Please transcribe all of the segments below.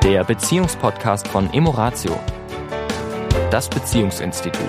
Der Beziehungspodcast von Emoratio, das Beziehungsinstitut.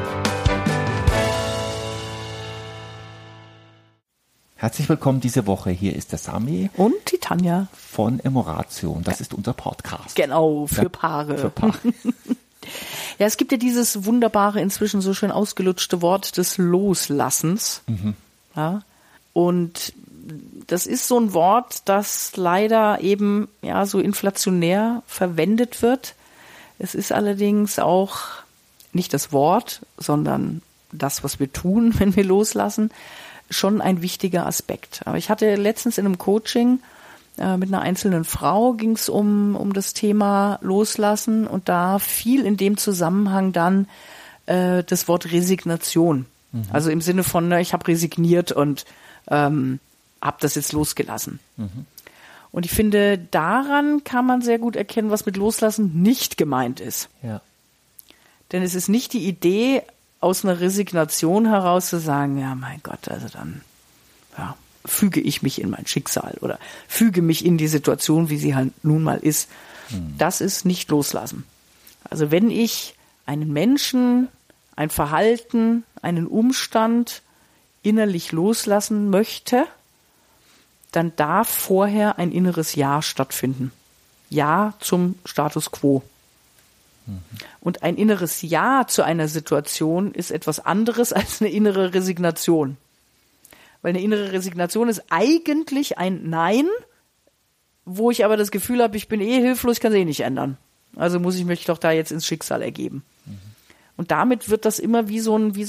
Herzlich willkommen diese Woche. Hier ist der Sami und die Tanja von Emoratio. Das ist unser Podcast. Genau, für Paare. Für Paare. Ja, es gibt ja dieses wunderbare, inzwischen so schön ausgelutschte Wort des Loslassens. Mhm. Ja, und das ist so ein Wort, das leider eben ja so inflationär verwendet wird. Es ist allerdings auch nicht das Wort, sondern das, was wir tun, wenn wir loslassen, schon ein wichtiger Aspekt. Aber ich hatte letztens in einem Coaching mit einer einzelnen Frau, ging es um das Thema Loslassen, und da fiel in dem Zusammenhang dann das Wort Resignation. Mhm. Also im Sinne von, ich habe resigniert und habe das jetzt losgelassen. Mhm. Und ich finde, daran kann man sehr gut erkennen, was mit Loslassen nicht gemeint ist. Ja. Denn es ist nicht die Idee, aus einer Resignation heraus zu sagen, ja, mein Gott, also dann füge ich mich in mein Schicksal oder füge mich in die Situation, wie sie halt nun mal ist. Mhm. Das ist nicht loslassen. Also wenn ich einen Menschen, ein Verhalten, einen Umstand innerlich loslassen möchte, dann darf vorher ein inneres Ja stattfinden. Ja zum Status quo. Mhm. Und ein inneres Ja zu einer Situation ist etwas anderes als eine innere Resignation. Weil eine innere Resignation ist eigentlich ein Nein, wo ich aber das Gefühl habe, ich bin hilflos, ich kann es nicht ändern. Also muss ich mich doch da jetzt ins Schicksal ergeben. Mhm. Und damit wird das immer wie so ein,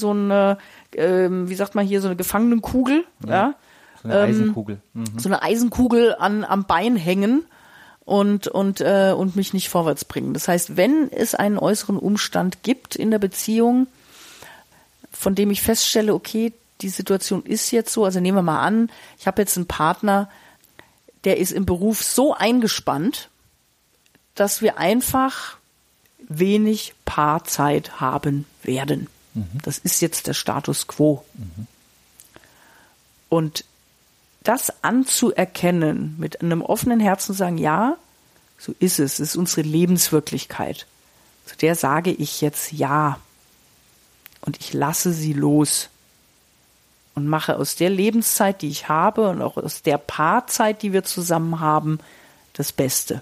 wie sagt man hier, so eine Gefangenenkugel, ja? So eine Eisenkugel. Mhm. So eine Eisenkugel am Bein hängen und mich nicht vorwärts bringen. Das heißt, wenn es einen äußeren Umstand gibt in der Beziehung, von dem ich feststelle, okay, die Situation ist jetzt so, also nehmen wir mal an, ich habe jetzt einen Partner, der ist im Beruf so eingespannt, dass wir einfach wenig Paarzeit haben werden. Mhm. Das ist jetzt der Status quo. Mhm. Und das anzuerkennen, mit einem offenen Herzen sagen, ja, so ist es, ist unsere Lebenswirklichkeit. Zu der sage ich jetzt ja. Und ich lasse sie los. Und mache aus der Lebenszeit, die ich habe, und auch aus der Paarzeit, die wir zusammen haben, das Beste.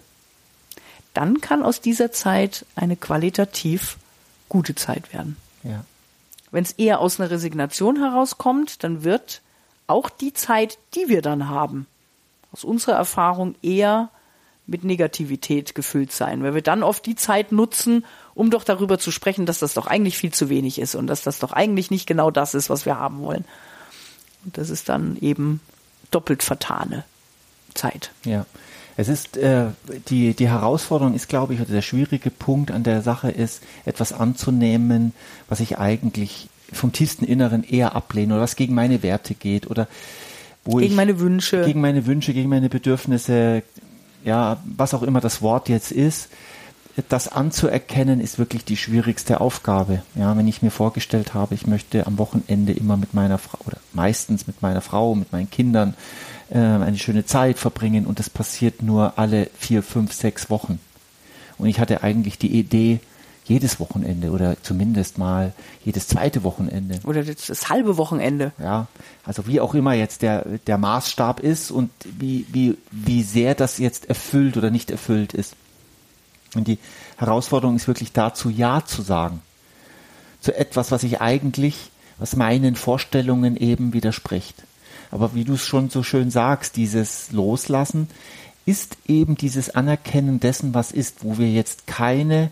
Dann kann aus dieser Zeit eine qualitativ gute Zeit werden. Ja. Wenn es eher aus einer Resignation herauskommt, dann wird auch die Zeit, die wir dann haben, aus unserer Erfahrung eher mit Negativität gefüllt sein, weil wir dann oft die Zeit nutzen, um doch darüber zu sprechen, dass das doch eigentlich viel zu wenig ist und dass das doch eigentlich nicht genau das ist, was wir haben wollen. Und das ist dann eben doppelt vertane Zeit. Ja, es ist die Herausforderung ist, glaube ich, oder der schwierige Punkt an der Sache ist, etwas anzunehmen, was ich eigentlich vom tiefsten Inneren eher ablehne oder was gegen meine Werte geht oder gegen meine Wünsche, gegen meine Bedürfnisse, ja, was auch immer das Wort jetzt ist. Das anzuerkennen ist wirklich die schwierigste Aufgabe. Ja, wenn ich mir vorgestellt habe, ich möchte am Wochenende immer mit meiner Frau oder meistens mit meiner Frau, mit meinen Kindern eine schöne Zeit verbringen, und das passiert nur alle 4, 5, 6 Wochen. Und ich hatte eigentlich die Idee, jedes Wochenende oder zumindest mal jedes zweite Wochenende. Oder das halbe Wochenende. Ja, also wie auch immer jetzt der Maßstab ist und wie sehr das jetzt erfüllt oder nicht erfüllt ist. Und die Herausforderung ist wirklich dazu, Ja zu sagen. Zu etwas, was meinen Vorstellungen eben widerspricht. Aber wie du es schon so schön sagst, dieses Loslassen ist eben dieses Anerkennen dessen, was ist, wo wir jetzt keine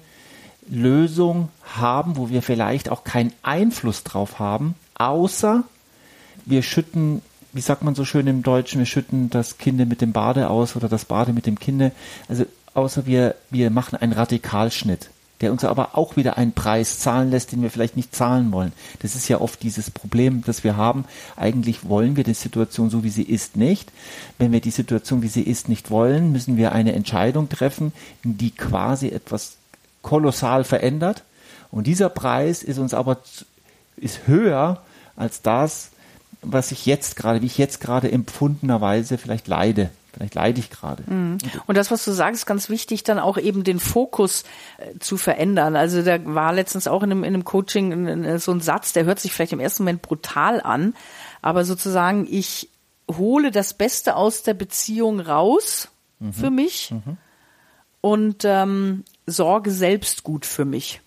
Lösung haben, wo wir vielleicht auch keinen Einfluss drauf haben, außer wir schütten, wie sagt man so schön im Deutschen, wir schütten das Kind mit dem Bade aus oder das Bade mit dem Kind. Also außer wir machen einen Radikalschnitt, der uns aber auch wieder einen Preis zahlen lässt, den wir vielleicht nicht zahlen wollen. Das ist ja oft dieses Problem, das wir haben. Eigentlich wollen wir die Situation so, wie sie ist, nicht. Wenn wir die Situation, wie sie ist, nicht wollen, müssen wir eine Entscheidung treffen, die quasi etwas kolossal verändert. Und dieser Preis ist höher als das, wie ich jetzt gerade empfundenerweise vielleicht leide. Vielleicht leide ich gerade. Und das, was du sagst, ist ganz wichtig, dann auch eben den Fokus zu verändern. Also da war letztens auch in einem Coaching so ein Satz, der hört sich vielleicht im ersten Moment brutal an, aber sozusagen, ich hole das Beste aus der Beziehung raus für mich und sorge selbst gut für mich.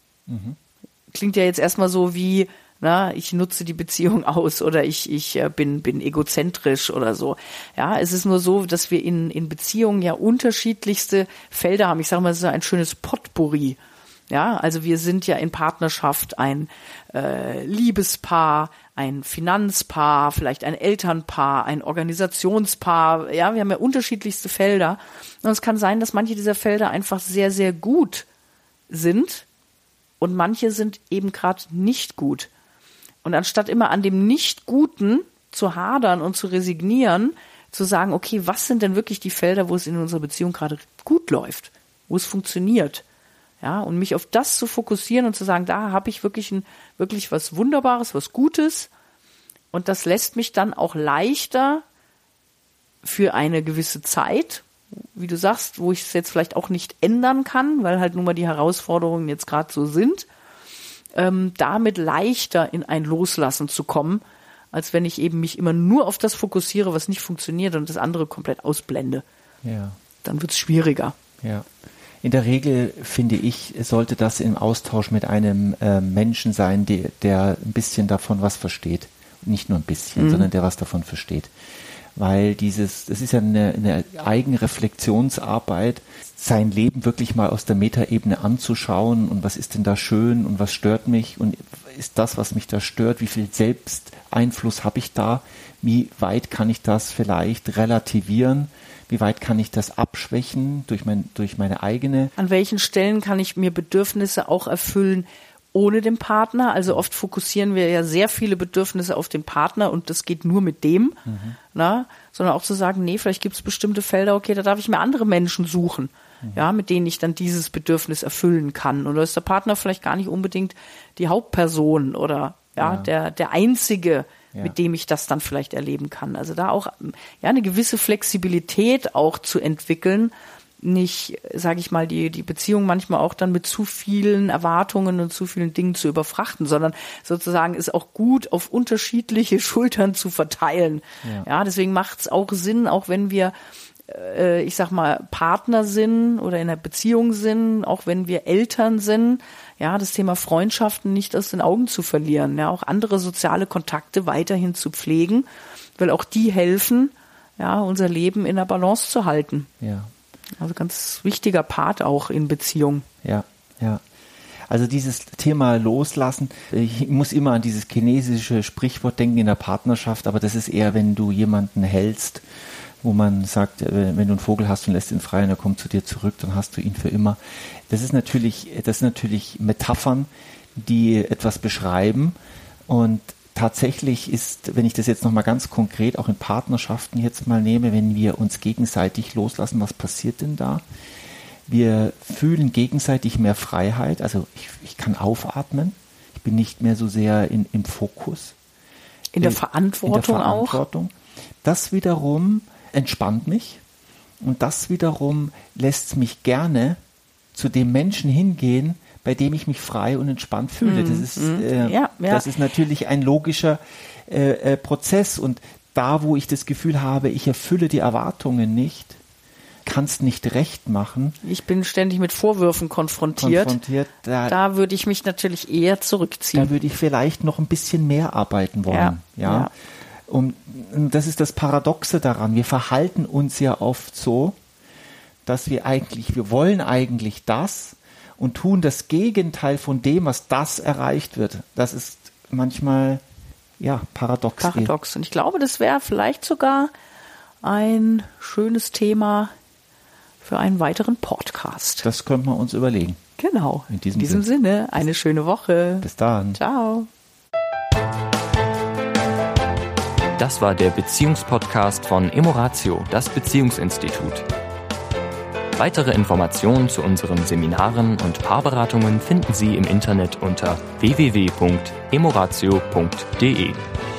Klingt ja jetzt erstmal so wie, ich nutze die Beziehung aus oder ich bin egozentrisch oder so. Ja, es ist nur so, dass wir in Beziehungen ja unterschiedlichste Felder haben. Ich sage mal, es ist ein schönes Potpourri. Ja, also wir sind ja in Partnerschaft ein Liebespaar, ein Finanzpaar, vielleicht ein Elternpaar, ein Organisationspaar. Ja, wir haben ja unterschiedlichste Felder. Und es kann sein, dass manche dieser Felder einfach sehr, sehr gut sind und manche sind eben gerade nicht gut. Und anstatt immer an dem Nicht-Guten zu hadern und zu resignieren, zu sagen, okay, was sind denn wirklich die Felder, wo es in unserer Beziehung gerade gut läuft, wo es funktioniert? Ja, und mich auf das zu fokussieren und zu sagen, da habe ich wirklich was Wunderbares, was Gutes. Und das lässt mich dann auch leichter für eine gewisse Zeit, wie du sagst, wo ich es jetzt vielleicht auch nicht ändern kann, weil halt nun mal die Herausforderungen jetzt gerade so sind, damit leichter in ein Loslassen zu kommen, als wenn ich eben mich immer nur auf das fokussiere, was nicht funktioniert und das andere komplett ausblende. Ja. Dann wird es schwieriger. Ja. In der Regel, finde ich, sollte das im Austausch mit einem Menschen sein, der ein bisschen davon was versteht. Nicht nur ein bisschen, sondern der was davon versteht. Weil das ist ja eine Eigenreflexionsarbeit, sein Leben wirklich mal aus der Metaebene anzuschauen und was ist denn da schön und was stört mich und ist das, was mich da stört, wie viel Selbsteinfluss habe ich da, wie weit kann ich das vielleicht relativieren, wie weit kann ich das abschwächen durch meine eigene. An welchen Stellen kann ich mir Bedürfnisse auch erfüllen ohne den Partner? Also oft fokussieren wir ja sehr viele Bedürfnisse auf den Partner und das geht nur mit dem, sondern auch zu sagen, nee, vielleicht gibt es bestimmte Felder, okay, da darf ich mir andere Menschen suchen, mit denen ich dann dieses Bedürfnis erfüllen kann. Und da ist der Partner vielleicht gar nicht unbedingt die Hauptperson oder der Einzige, mit dem ich das dann vielleicht erleben kann. Also da auch eine gewisse Flexibilität auch zu entwickeln, nicht, sage ich mal, die Beziehung manchmal auch dann mit zu vielen Erwartungen und zu vielen Dingen zu überfrachten, sondern sozusagen ist auch gut, auf unterschiedliche Schultern zu verteilen. Ja, deswegen macht es auch Sinn, auch wenn wir, ich sag mal, Partner sind oder in einer Beziehung sind, auch wenn wir Eltern sind, das Thema Freundschaften nicht aus den Augen zu verlieren, auch andere soziale Kontakte weiterhin zu pflegen, weil auch die helfen, unser Leben in der Balance zu halten. Ja. Also ganz wichtiger Part auch in Beziehung. Ja. Also dieses Thema Loslassen, ich muss immer an dieses chinesische Sprichwort denken in der Partnerschaft, aber das ist eher, wenn du jemanden hältst, wo man sagt, wenn du einen Vogel hast und lässt ihn frei und er kommt zu dir zurück, dann hast du ihn für immer. Das ist natürlich Metaphern, die etwas beschreiben und tatsächlich ist, wenn ich das jetzt nochmal ganz konkret auch in Partnerschaften jetzt mal nehme, wenn wir uns gegenseitig loslassen, was passiert denn da? Wir fühlen gegenseitig mehr Freiheit, also ich kann aufatmen, ich bin nicht mehr so sehr im Fokus. In der Verantwortung auch. Das wiederum entspannt mich und das wiederum lässt mich gerne zu dem Menschen hingehen, bei dem ich mich frei und entspannt fühle. Das ist natürlich ein logischer Prozess und da, wo ich das Gefühl habe, ich erfülle die Erwartungen nicht, kann es nicht recht machen. Ich bin ständig mit Vorwürfen konfrontiert. Da würde ich mich natürlich eher zurückziehen. Da würde ich vielleicht noch ein bisschen mehr arbeiten wollen. Ja. Und das ist das Paradoxe daran. Wir verhalten uns ja oft so, dass wir wollen eigentlich das und tun das Gegenteil von dem, was das erreicht wird. Das ist manchmal, paradox. Paradox. Und ich glaube, das wäre vielleicht sogar ein schönes Thema für einen weiteren Podcast. Das könnte man uns überlegen. Genau. In diesem Sinne, eine schöne Woche. Bis dann. Ciao. Das war der Beziehungspodcast von Emoratio, das Beziehungsinstitut. Weitere Informationen zu unseren Seminaren und Paarberatungen finden Sie im Internet unter www.emoratio.de.